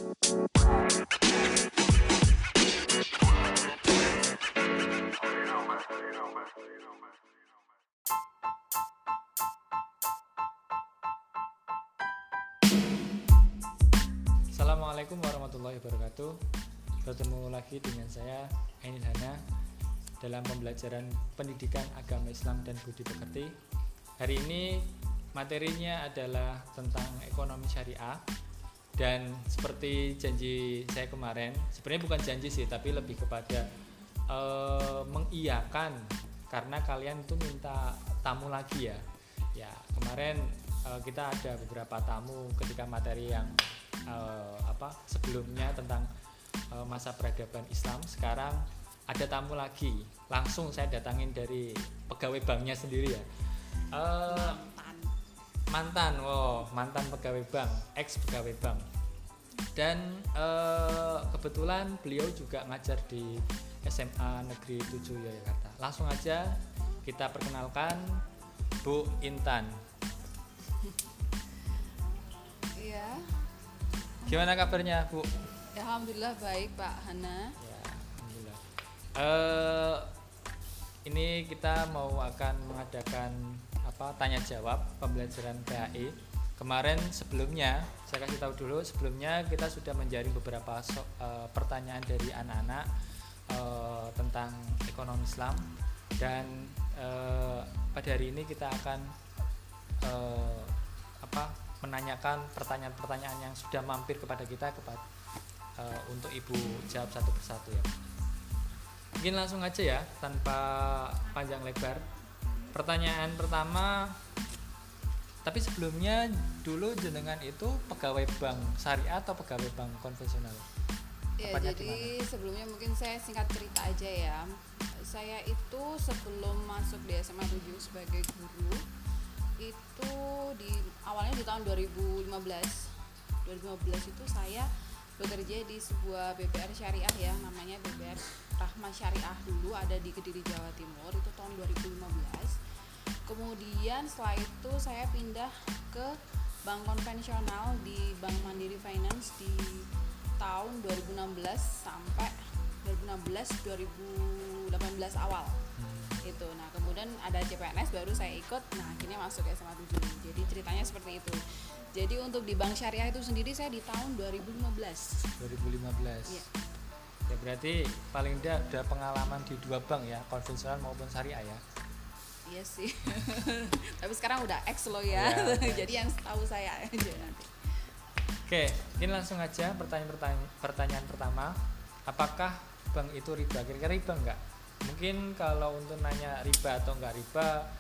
Assalamualaikum warahmatullahi wabarakatuh. Bertemu lagi dengan saya Ainil Hana dalam pembelajaran pendidikan agama Islam dan budi pekerti. Hari ini materinya adalah tentang ekonomi syariah. Dan seperti janji saya kemarin, sebenarnya bukan janji sih, tapi lebih kepada mengiyakan karena kalian tuh minta tamu lagi ya. Ya kemarin kita ada beberapa tamu ketika materi yang sebelumnya tentang masa peradaban Islam. Sekarang ada tamu lagi, langsung saya datangin dari pegawai banknya sendiri ya. Mantan pegawai bank, ex pegawai bank. Dan kebetulan beliau juga ngajar di SMA Negeri 7 Yogyakarta. Langsung aja kita perkenalkan Bu Intan. Iya. Gimana kabarnya Bu? Ya, alhamdulillah baik Pak Hana. Ya, alhamdulillah. Ini kita akan mengadakan tanya jawab pembelajaran PAE. Kemarin sebelumnya saya kasih tahu dulu, sebelumnya kita sudah menjaring beberapa pertanyaan dari anak-anak tentang ekonomi Islam, dan pada hari ini kita akan menanyakan pertanyaan-pertanyaan yang sudah mampir kepada kita untuk Ibu jawab satu persatu ya. Mungkin langsung aja ya tanpa panjang lebar. Pertanyaan pertama, tapi sebelumnya dulu jenengan itu pegawai bank syariah atau pegawai bank konvensional? Ya, jadi sebelumnya mungkin saya singkat cerita aja ya. Saya itu sebelum masuk di SMA 7 sebagai guru itu awalnya di tahun 2015 itu saya bekerja di sebuah BBR syariah ya, namanya BBR Rahmah Syariah, dulu ada di Kediri, Jawa Timur, itu tahun 2015. Kemudian setelah itu saya pindah ke bank konvensional di Bank Mandiri Finance di tahun 2016 sampai 2018 awal. Itu. Nah, kemudian ada CPNS baru saya ikut. Nah, akhirnya masuk SMA 7. Jadi ceritanya seperti itu. Jadi untuk di bank syariah itu sendiri saya di tahun 2015. Iya. Ya berarti paling tidak ada pengalaman di dua bank ya, konvensional maupun syariah ya. Iya sih. Tapi sekarang udah ex loh ya. Jadi yang tahu saya aja nanti. Oke, ini langsung aja pertanyaan pertama. Apakah bank itu riba? Kira-kira riba enggak? Mungkin kalau untuk nanya riba atau enggak riba,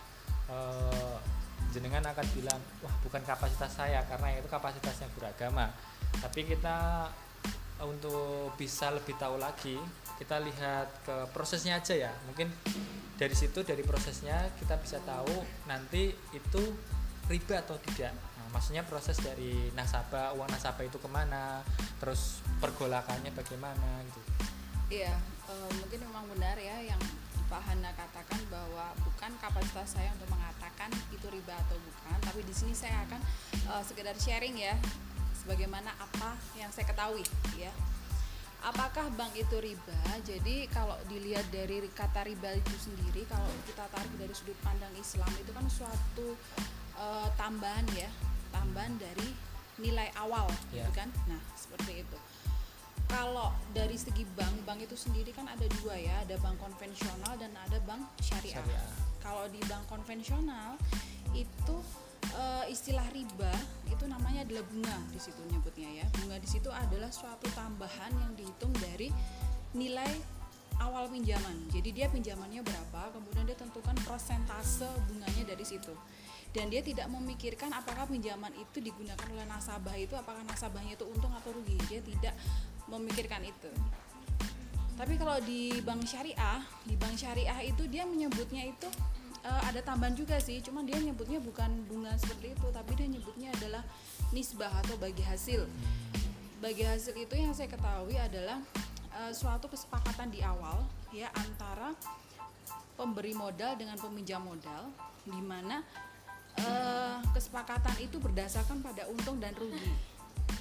jenengan akan bilang, wah bukan kapasitas saya karena itu kapasitasnya beragama. Tapi kita untuk bisa lebih tahu lagi, kita lihat ke prosesnya aja ya. Mungkin dari situ, dari prosesnya kita bisa tahu nanti itu riba atau tidak. Nah, maksudnya proses dari nasabah, uang nasabah itu kemana, terus pergolakannya bagaimana gitu. Iya, mungkin memang benar ya yang Pak Hana katakan bahwa bukan kapasitas saya untuk mengatakan itu riba atau bukan, tapi di sini saya akan sekedar sharing ya, sebagaimana apa yang saya ketahui ya. Apakah bank itu riba? Jadi kalau dilihat dari kata riba itu sendiri, kalau kita tarik dari sudut pandang Islam, itu kan suatu tambahan dari nilai awal, gitu kan? Nah, seperti itu. Kalau dari segi bank itu sendiri kan ada dua ya, ada bank konvensional dan ada bank syariah. Kalau di bank konvensional itu istilah riba itu namanya adalah bunga, di situ nyebutnya ya. Bunga di situ adalah suatu tambahan yang dihitung dari nilai awal pinjaman. Jadi dia pinjamannya berapa, kemudian dia tentukan persentase bunganya dari situ. Dan dia tidak memikirkan apakah pinjaman itu digunakan oleh nasabah itu, apakah nasabahnya itu untung atau rugi. Dia tidak memikirkan itu. Tapi kalau di bank syariah itu dia menyebutnya itu ada tambahan juga sih, cuman dia nyebutnya bukan bunga seperti itu, tapi dia nyebutnya adalah nisbah atau bagi hasil. Bagi hasil itu yang saya ketahui adalah suatu kesepakatan di awal ya antara pemberi modal dengan peminjam modal, di mana kesepakatan itu berdasarkan pada untung dan rugi.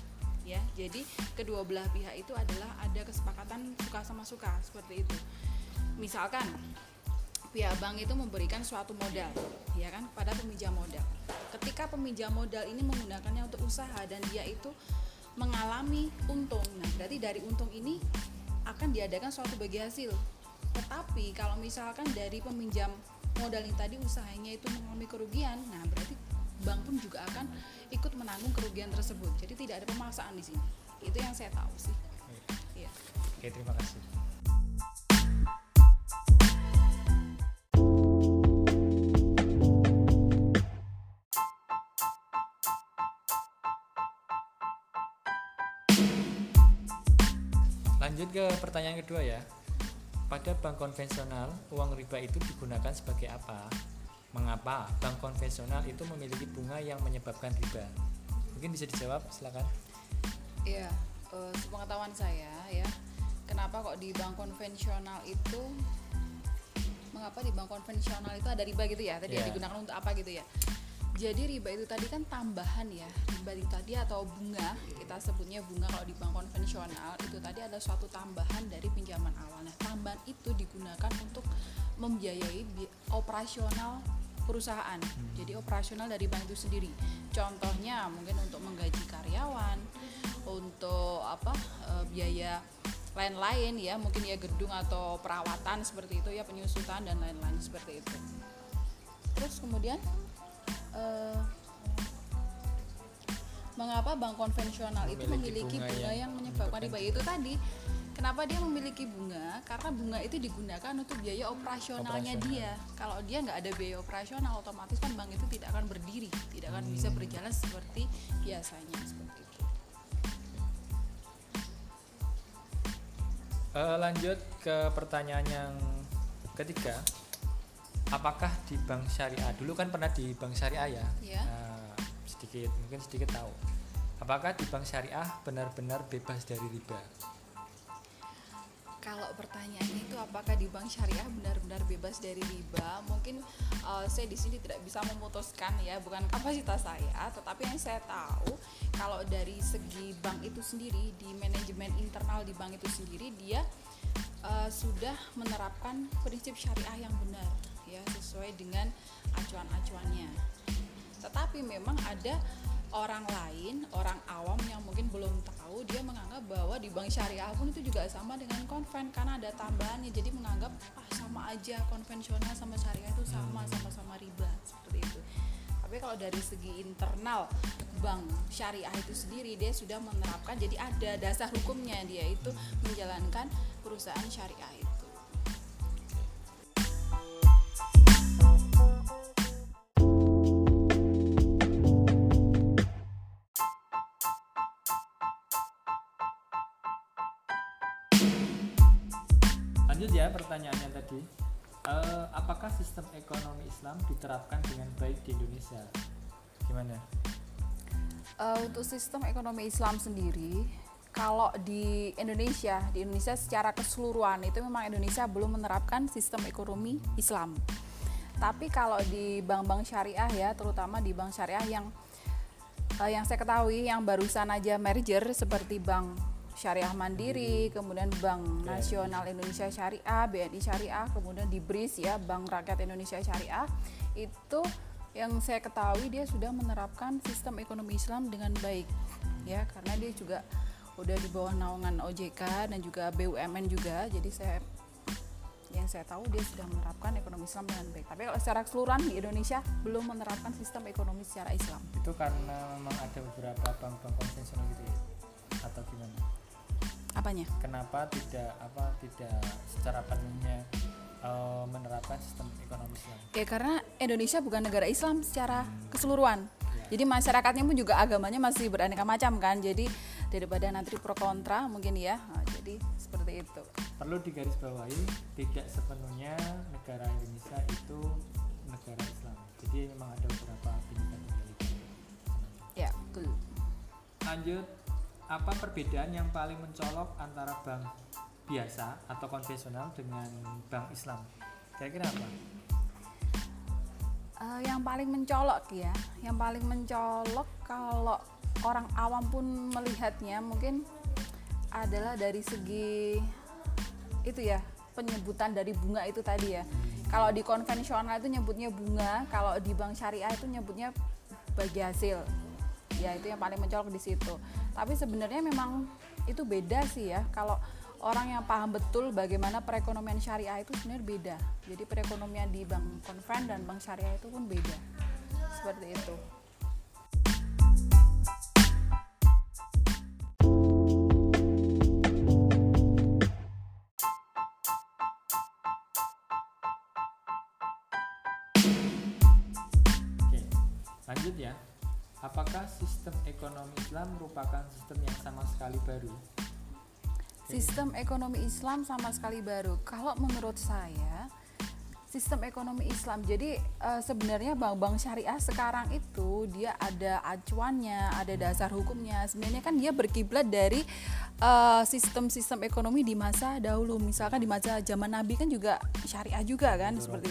ya. Jadi kedua belah pihak itu adalah ada kesepakatan suka sama suka seperti itu. Misalkan pihak bank itu memberikan suatu modal, ya kan, pada peminjam modal. Ketika peminjam modal ini menggunakannya untuk usaha dan dia itu mengalami untung, nah berarti dari untung ini akan diadakan suatu bagi hasil. Tetapi kalau misalkan dari peminjam modal ini tadi usahanya itu mengalami kerugian, nah berarti bank pun juga akan ikut menanggung kerugian tersebut. Jadi tidak ada pemaksaan di sini. Itu yang saya tahu sih. Iya. Oke, terima kasih. Lanjut ke pertanyaan kedua ya. Pada bank konvensional, uang riba itu digunakan sebagai apa? Mengapa bank konvensional itu memiliki bunga yang menyebabkan riba? Mungkin bisa dijawab, silakan. Iya, sepengetahuan saya ya, kenapa kok di bank konvensional itu, mengapa di bank konvensional itu ada riba gitu ya? Tadi digunakan untuk apa gitu ya? Jadi riba itu tadi kan tambahan ya, riba itu tadi atau bunga, kita sebutnya bunga kalau di bank konvensional itu tadi ada suatu tambahan dari pinjaman awal. Nah, tambahan itu digunakan untuk membiayai operasional perusahaan. Jadi operasional dari bank itu sendiri. Contohnya mungkin untuk menggaji karyawan, untuk biaya lain-lain ya, mungkin ya gedung atau perawatan seperti itu ya, penyusutan dan lain-lain seperti itu. Terus kemudian mengapa bank konvensional itu memiliki bunga yang menyebabkan riba itu tadi? Kenapa dia memiliki bunga? Karena bunga itu digunakan untuk biaya operasionalnya dia. Kalau dia nggak ada biaya operasional, otomatis kan bank itu tidak akan berdiri, tidak akan bisa berjalan seperti biasanya seperti itu. Lanjut ke pertanyaan yang ketiga. Apakah di bank syariah, dulu kan pernah di bank syariah ya? Yeah. Mungkin sedikit tahu. Apakah di bank syariah benar-benar bebas dari riba? Kalau pertanyaannya itu apakah di bank syariah benar-benar bebas dari riba? Mungkin saya di sini tidak bisa memutuskan ya, bukan kapasitas saya. Tetapi yang saya tahu, kalau dari segi bank itu sendiri, di manajemen internal di bank itu sendiri, dia sudah menerapkan prinsip syariah yang benar ya, sesuai dengan acuan-acuannya. Tetapi memang ada orang lain, orang awam yang mungkin belum tahu, dia menganggap bahwa di bank syariah pun itu juga sama dengan konven karena ada tambahannya, jadi menganggap sama aja, konvensional sama syariah itu sama-sama riba seperti itu. Tapi kalau dari segi internal bank syariah itu sendiri, dia sudah menerapkan, jadi ada dasar hukumnya, dia itu menjalankan perusahaan syariah itu. Lanjut ya pertanyaannya tadi. Apakah sistem ekonomi Islam diterapkan dengan baik di Indonesia? Gimana? Untuk sistem ekonomi Islam sendiri, kalau di Indonesia secara keseluruhan itu memang Indonesia belum menerapkan sistem ekonomi Islam. Tapi kalau di bank-bank syariah ya, terutama di bank syariah yang saya ketahui yang barusan aja merger seperti Bank Syariah Mandiri, kemudian Bank Nasional Indonesia Syariah, BNI Syariah, kemudian di BRIS ya, Bank Rakyat Indonesia Syariah, itu yang saya ketahui dia sudah menerapkan sistem ekonomi Islam dengan baik ya, karena dia juga udah di bawah naungan OJK dan juga BUMN juga, jadi yang saya tahu dia sudah menerapkan ekonomi Islam dengan baik. Tapi kalau secara keseluruhan di Indonesia belum menerapkan sistem ekonomi secara Islam. Itu karena memang ada beberapa bank-bank konvensional gitu ya, atau gimana? Apanya? Kenapa tidak secara penuhnya menerapkan sistem ekonomi Islam? Ya karena Indonesia bukan negara Islam secara keseluruhan. Jadi masyarakatnya pun juga agamanya masih beraneka macam kan. Jadi daripada nanti pro kontra mungkin ya. Jadi seperti itu. Perlu digarisbawahi, tidak sepenuhnya negara Indonesia itu negara Islam. Jadi memang ada beberapa bineka-bineka. Ya, betul. Lanjut, apa perbedaan yang paling mencolok antara bank biasa atau konvensional dengan bank Islam? Kira-kira apa? Yang paling mencolok ya, kalau orang awam pun melihatnya mungkin adalah dari segi itu ya, penyebutan dari bunga itu tadi ya. Kalau di konvensional itu nyebutnya bunga, kalau di bank syariah itu nyebutnya bagi hasil. Ya itu yang paling mencolok di situ. Tapi sebenarnya memang itu beda sih ya. Kalau orang yang paham betul bagaimana perekonomian syariah itu sebenarnya beda. Jadi perekonomian di bank konven dan bank syariah itu pun beda. Seperti itu. Oke, lanjut ya. Apakah sistem ekonomi Islam merupakan sistem yang sama sekali baru? Sistem ekonomi Islam sama sekali baru. Kalau menurut saya, sistem ekonomi Islam. Jadi sebenarnya bank-bank syariah sekarang itu dia ada acuannya, ada dasar hukumnya. Sebenarnya kan dia berkiblat dari sistem-sistem ekonomi di masa dahulu. Misalkan di masa zaman Nabi kan juga syariah juga kan, seperti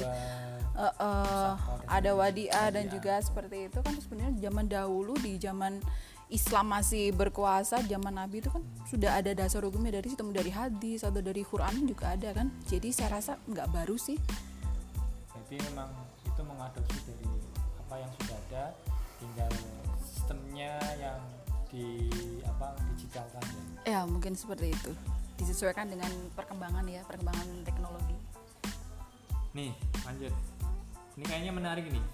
ada wadiah dan juga seperti itu kan. Sebenarnya zaman dahulu di zaman Islam masih berkuasa, zaman Nabi itu kan sudah ada dasar hukumnya dari sistem, dari hadis atau dari Quran juga ada kan. Jadi saya rasa nggak baru sih. Jadi memang itu mengadopsi dari apa yang sudah ada, tinggal sistemnya yang digitalkan ya. Ya mungkin seperti itu, disesuaikan dengan perkembangan teknologi. Nih lanjut, ini kayaknya menarik nih.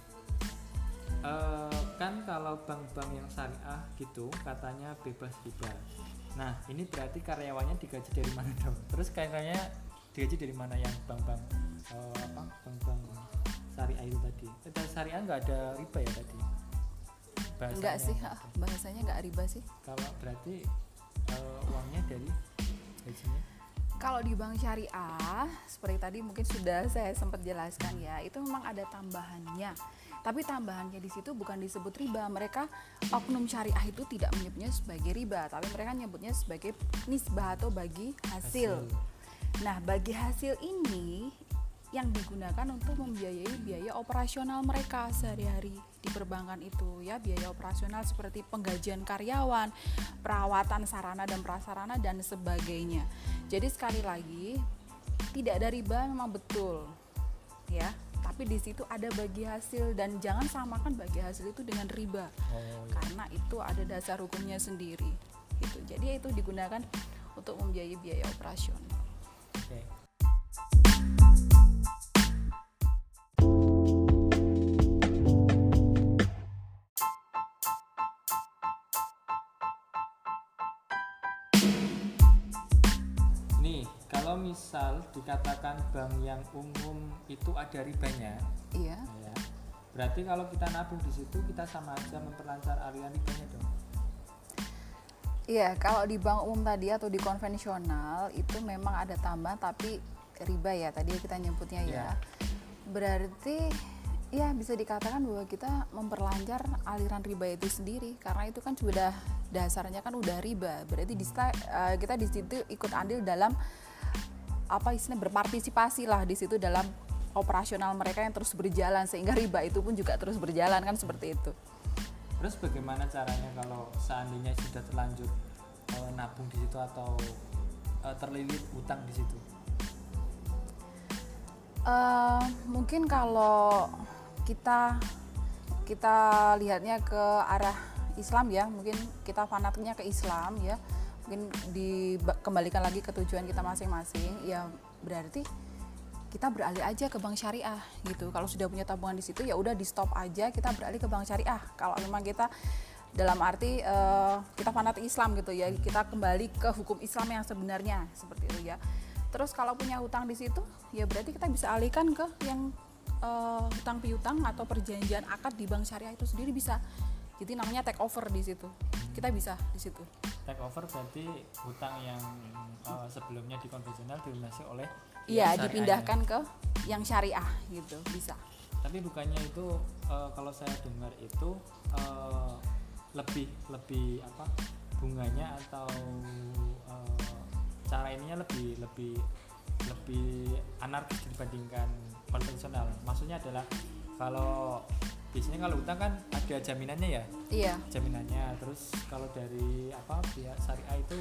Kan kalau bank-bank yang syariah gitu katanya bebas riba. Nah ini berarti karyawannya digaji dari mana dong? Terus kayaknya digaji dari mana yang bank-bank bank-bank syariah itu tadi? Syariah nggak ada riba ya tadi? Bahasanya Enggak sih, bahasanya nggak riba sih. Kalau berarti uangnya dari gajinya? Kalau di bank syariah, seperti tadi mungkin sudah saya sempat jelaskan ya, itu memang ada tambahannya. Tapi tambahannya di situ bukan disebut riba. Mereka oknum syariah itu tidak menyebutnya sebagai riba, tapi mereka nyebutnya sebagai nisbah atau bagi hasil. Nah, bagi hasil ini yang digunakan untuk membiayai biaya operasional mereka sehari-hari di perbankan itu ya, biaya operasional seperti penggajian karyawan, perawatan sarana dan prasarana dan sebagainya. Jadi sekali lagi tidak ada riba memang betul ya, tapi di situ ada bagi hasil dan jangan samakan bagi hasil itu dengan riba. Karena itu ada dasar hukumnya sendiri gitu. Jadi itu digunakan untuk membiayai biaya operasional. Okay. Nih, kalau misal dikatakan bank yang umum itu ada ribanya, Iya. ya, berarti kalau kita nabung di situ kita sama aja memperlancar aliran ribanya dong. Iya, kalau di bank umum tadi atau di konvensional itu memang ada tambahan tapi riba ya tadi kita nyebutnya ya. Berarti ya bisa dikatakan bahwa kita memperlancar aliran riba itu sendiri karena itu kan sudah dasarnya kan udah riba. Berarti kita di situ ikut andil dalam berpartisipasi lah di situ dalam operasional mereka yang terus berjalan sehingga riba itu pun juga terus berjalan kan seperti itu. Terus bagaimana caranya kalau seandainya sudah terlanjur nabung di situ atau terlilit utang di situ? Mungkin kalau kita lihatnya ke arah Islam ya, mungkin kita fanatiknya ke Islam ya, mungkin dikembalikan lagi ke tujuan kita masing-masing ya, berarti kita beralih aja ke bank syariah gitu. Kalau sudah punya tabungan di situ ya udah di stop aja, kita beralih ke bank syariah. Kalau memang kita dalam arti kita fanatik Islam gitu ya, kita kembali ke hukum Islam yang sebenarnya seperti itu ya. Terus kalau punya hutang di situ ya berarti kita bisa alihkan ke yang hutang piutang atau perjanjian akad di bank syariah itu sendiri bisa. Jadi namanya take over di situ. Kita bisa di situ. Take over berarti hutang yang sebelumnya di konvensional dilunasi oleh iya, dipindahkan ke yang syariah gitu, bisa. Tapi bukannya itu kalau saya dengar itu lebih bunganya atau cara ininya lebih anarkis dibandingkan konvensional. Maksudnya adalah kalau biasanya kalau utang kan ada jaminannya ya. Iya. Jaminannya. Terus kalau dari pihak syariah itu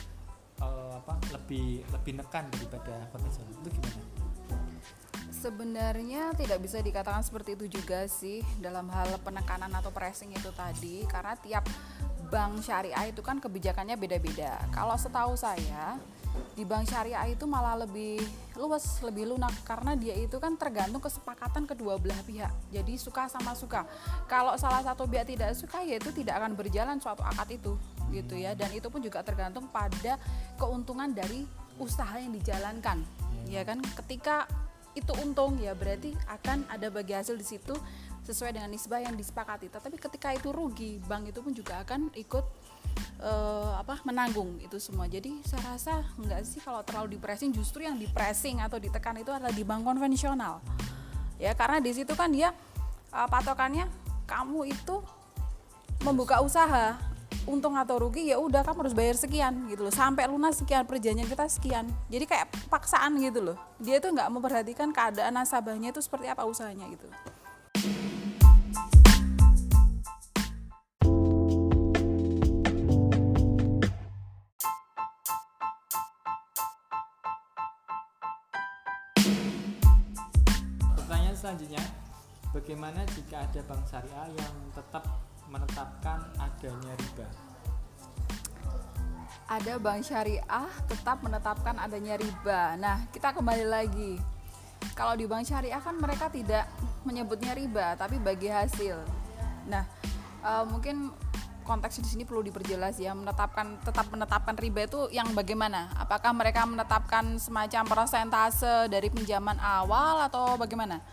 lebih nekan daripada konvensional. Itu gimana? Sebenarnya tidak bisa dikatakan seperti itu juga sih dalam hal penekanan atau pressing itu tadi, karena tiap bank syariah itu kan kebijakannya beda-beda. Kalau setahu saya di bank syariah itu malah lebih luas, lebih lunak, karena dia itu kan tergantung kesepakatan kedua belah pihak. Jadi suka sama suka. Kalau salah satu pihak tidak suka, ya itu tidak akan berjalan suatu akad itu, gitu ya. Dan itu pun juga tergantung pada keuntungan dari usaha yang dijalankan, ya kan. Ketika itu untung, ya berarti akan ada bagi hasil di situ sesuai dengan nisbah yang disepakati. Tetapi ketika itu rugi, bank itu pun juga akan ikut menanggung itu semua. Jadi saya rasa enggak sih kalau terlalu di-pressing, justru yang di-pressing atau ditekan itu adalah di bank konvensional. Ya, karena di situ kan dia patokannya kamu itu membuka usaha, untung atau rugi ya udah kamu harus bayar sekian gitu loh, sampai lunas sekian, perjanjian kita sekian. Jadi kayak paksaan gitu loh. Dia itu enggak memperhatikan keadaan nasabahnya itu seperti apa usahanya gitu. Selanjutnya, bagaimana jika ada bank syariah yang tetap menetapkan adanya riba? Ada bank syariah tetap menetapkan adanya riba. Nah, kita kembali lagi. Kalau di bank syariah kan mereka tidak menyebutnya riba, tapi bagi hasil. Nah, mungkin konteks di sini perlu diperjelas ya. Tetap menetapkan riba itu yang bagaimana? Apakah mereka menetapkan semacam persentase dari pinjaman awal atau bagaimana?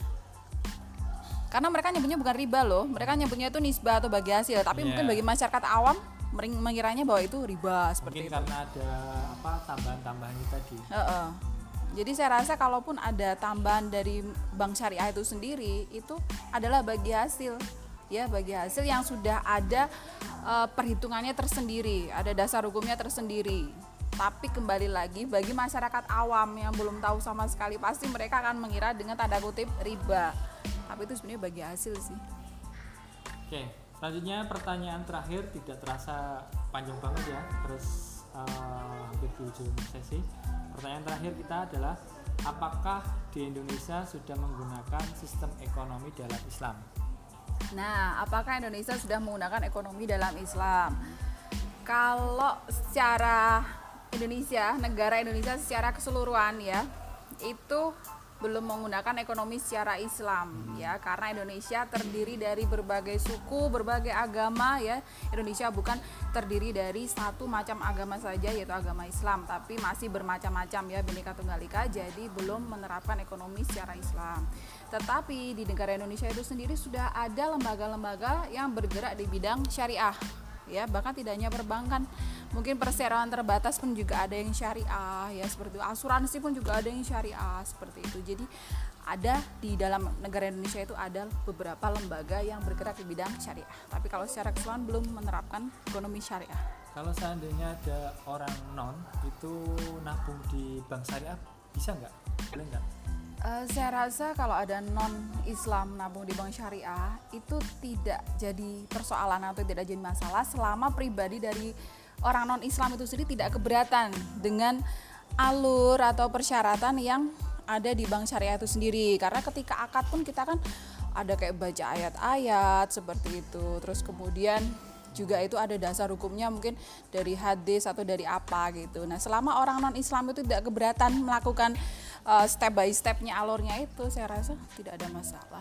Karena mereka nyebutnya bukan riba loh, mereka nyebutnya itu nisbah atau bagi hasil. Tapi mungkin bagi masyarakat awam mengiranya bahwa itu riba seperti mungkin itu. Karena ada tambahan-tambahan itu tadi. Jadi saya rasa kalaupun ada tambahan dari bank syariah itu sendiri, itu adalah bagi hasil. Ya, bagi hasil yang sudah ada perhitungannya tersendiri, ada dasar hukumnya tersendiri. Tapi kembali lagi, bagi masyarakat awam yang belum tahu sama sekali, pasti mereka akan mengira dengan tanda kutip riba. Tapi itu sebenarnya bagi hasil sih. Oke, selanjutnya pertanyaan terakhir, tidak terasa panjang banget ya, terus hampir di ujung sesi. Pertanyaan terakhir kita adalah, apakah di Indonesia sudah menggunakan sistem ekonomi dalam Islam? Nah, apakah Indonesia sudah menggunakan ekonomi dalam Islam? Kalau secara negara Indonesia secara keseluruhan ya, itu belum menggunakan ekonomi secara Islam ya, karena Indonesia terdiri dari berbagai suku, berbagai agama ya. Indonesia bukan terdiri dari satu macam agama saja yaitu agama Islam, tapi masih bermacam-macam ya, Bhinneka Tunggal Ika, jadi belum menerapkan ekonomi secara Islam. Tetapi di negara Indonesia itu sendiri sudah ada lembaga-lembaga yang bergerak di bidang syariah ya, bahkan tidak hanya perbankan, mungkin perseroan terbatas pun juga ada yang syariah ya, seperti itu. Asuransi pun juga ada yang syariah seperti itu. Jadi ada di dalam negara Indonesia itu ada beberapa lembaga yang bergerak di bidang syariah, tapi kalau secara keseluruhan belum menerapkan ekonomi syariah. Kalau seandainya ada orang non itu nabung di bank syariah, bisa nggak? Boleh nggak? Saya rasa kalau ada non-Islam nabung di bank syariah itu tidak jadi persoalan atau tidak jadi masalah, selama pribadi dari orang non-Islam itu sendiri tidak keberatan dengan alur atau persyaratan yang ada di bank syariah itu sendiri. Karena ketika akad pun kita kan ada kayak baca ayat-ayat seperti itu, terus kemudian juga itu ada dasar hukumnya mungkin dari hadis atau dari apa gitu. Nah, selama orang non-Islam itu tidak keberatan melakukan step by stepnya, alurnya itu, saya rasa tidak ada masalah.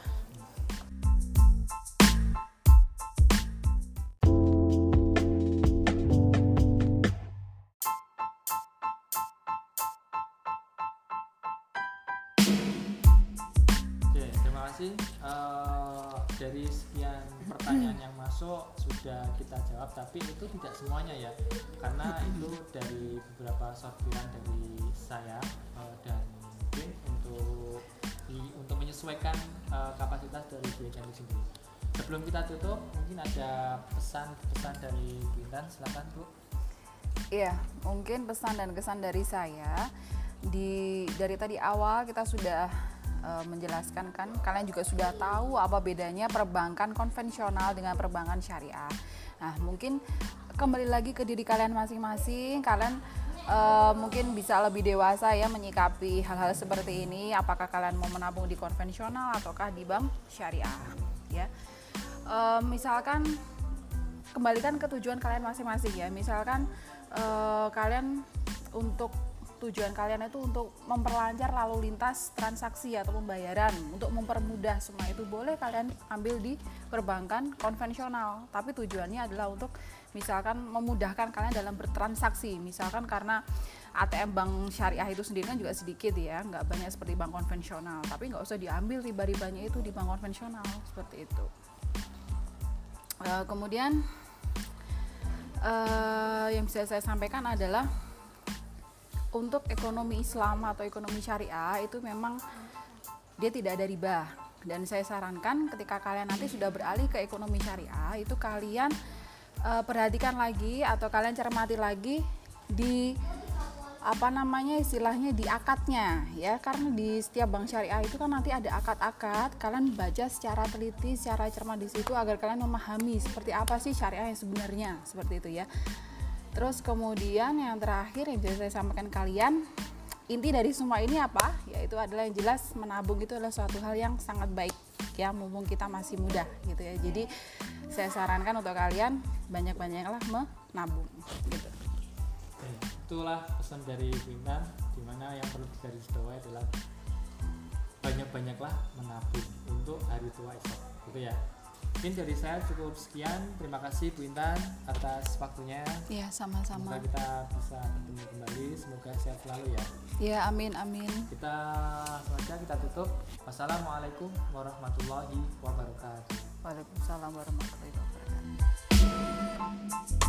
Oke, terima kasih. Dari sekian pertanyaan yang masuk sudah kita jawab, tapi itu tidak semuanya ya, karena itu dari beberapa sortiran dari saya dan mungkin untuk menyesuaikan kapasitas dari Bu Intan sendiri. Sebelum kita tutup, mungkin ada pesan-pesan dari Bu Intan, silakan Bu. Iya, mungkin pesan dan kesan dari saya dari tadi awal kita sudah menjelaskan kan kalian juga sudah tahu apa bedanya perbankan konvensional dengan perbankan syariah. Nah, mungkin kembali lagi ke diri kalian masing-masing, kalian mungkin bisa lebih dewasa ya menyikapi hal-hal seperti ini, apakah kalian mau menabung di konvensional ataukah di bank syariah ya. Misalkan kembalikan ke tujuan kalian masing-masing ya. Misalkan kalian untuk tujuan kalian itu untuk memperlancar lalu lintas transaksi atau pembayaran, untuk mempermudah semua itu, boleh kalian ambil di perbankan konvensional, tapi tujuannya adalah untuk misalkan memudahkan kalian dalam bertransaksi. Misalkan karena ATM bank syariah itu sendiri kan juga sedikit ya, nggak banyak seperti bank konvensional, tapi nggak usah diambil riba-ribanya itu di bank konvensional seperti itu. Kemudian yang bisa saya sampaikan adalah untuk ekonomi Islam atau ekonomi syariah itu memang dia tidak ada riba, dan saya sarankan ketika kalian nanti sudah beralih ke ekonomi syariah itu kalian perhatikan lagi atau kalian cermati lagi di istilahnya di akadnya ya, karena di setiap bank syariah itu kan nanti ada akad-akad, kalian baca secara teliti, secara cermat di situ agar kalian memahami seperti apa sih syariah yang sebenarnya, seperti itu ya. Terus kemudian yang terakhir yang bisa saya sampaikan kalian, inti dari semua ini apa? Yaitu adalah yang jelas menabung itu adalah suatu hal yang sangat baik ya, mumpung kita masih muda gitu ya. Jadi saya sarankan untuk kalian banyak-banyaklah menabung gitu. Itulah pesan dari Bu Intan, dimana yang perlu digarisbawahi adalah banyak-banyaklah menabung untuk hari tua esok gitu ya. Mungkin dari saya cukup sekian. Terima kasih Bu Intan atas waktunya. Ya, sama-sama. Semoga kita bisa bertemu kembali. Semoga sehat selalu ya. Ya, amin amin. Kita tutup. Wassalamualaikum warahmatullahi wabarakatuh. Waalaikumsalam warahmatullahi wabarakatuh.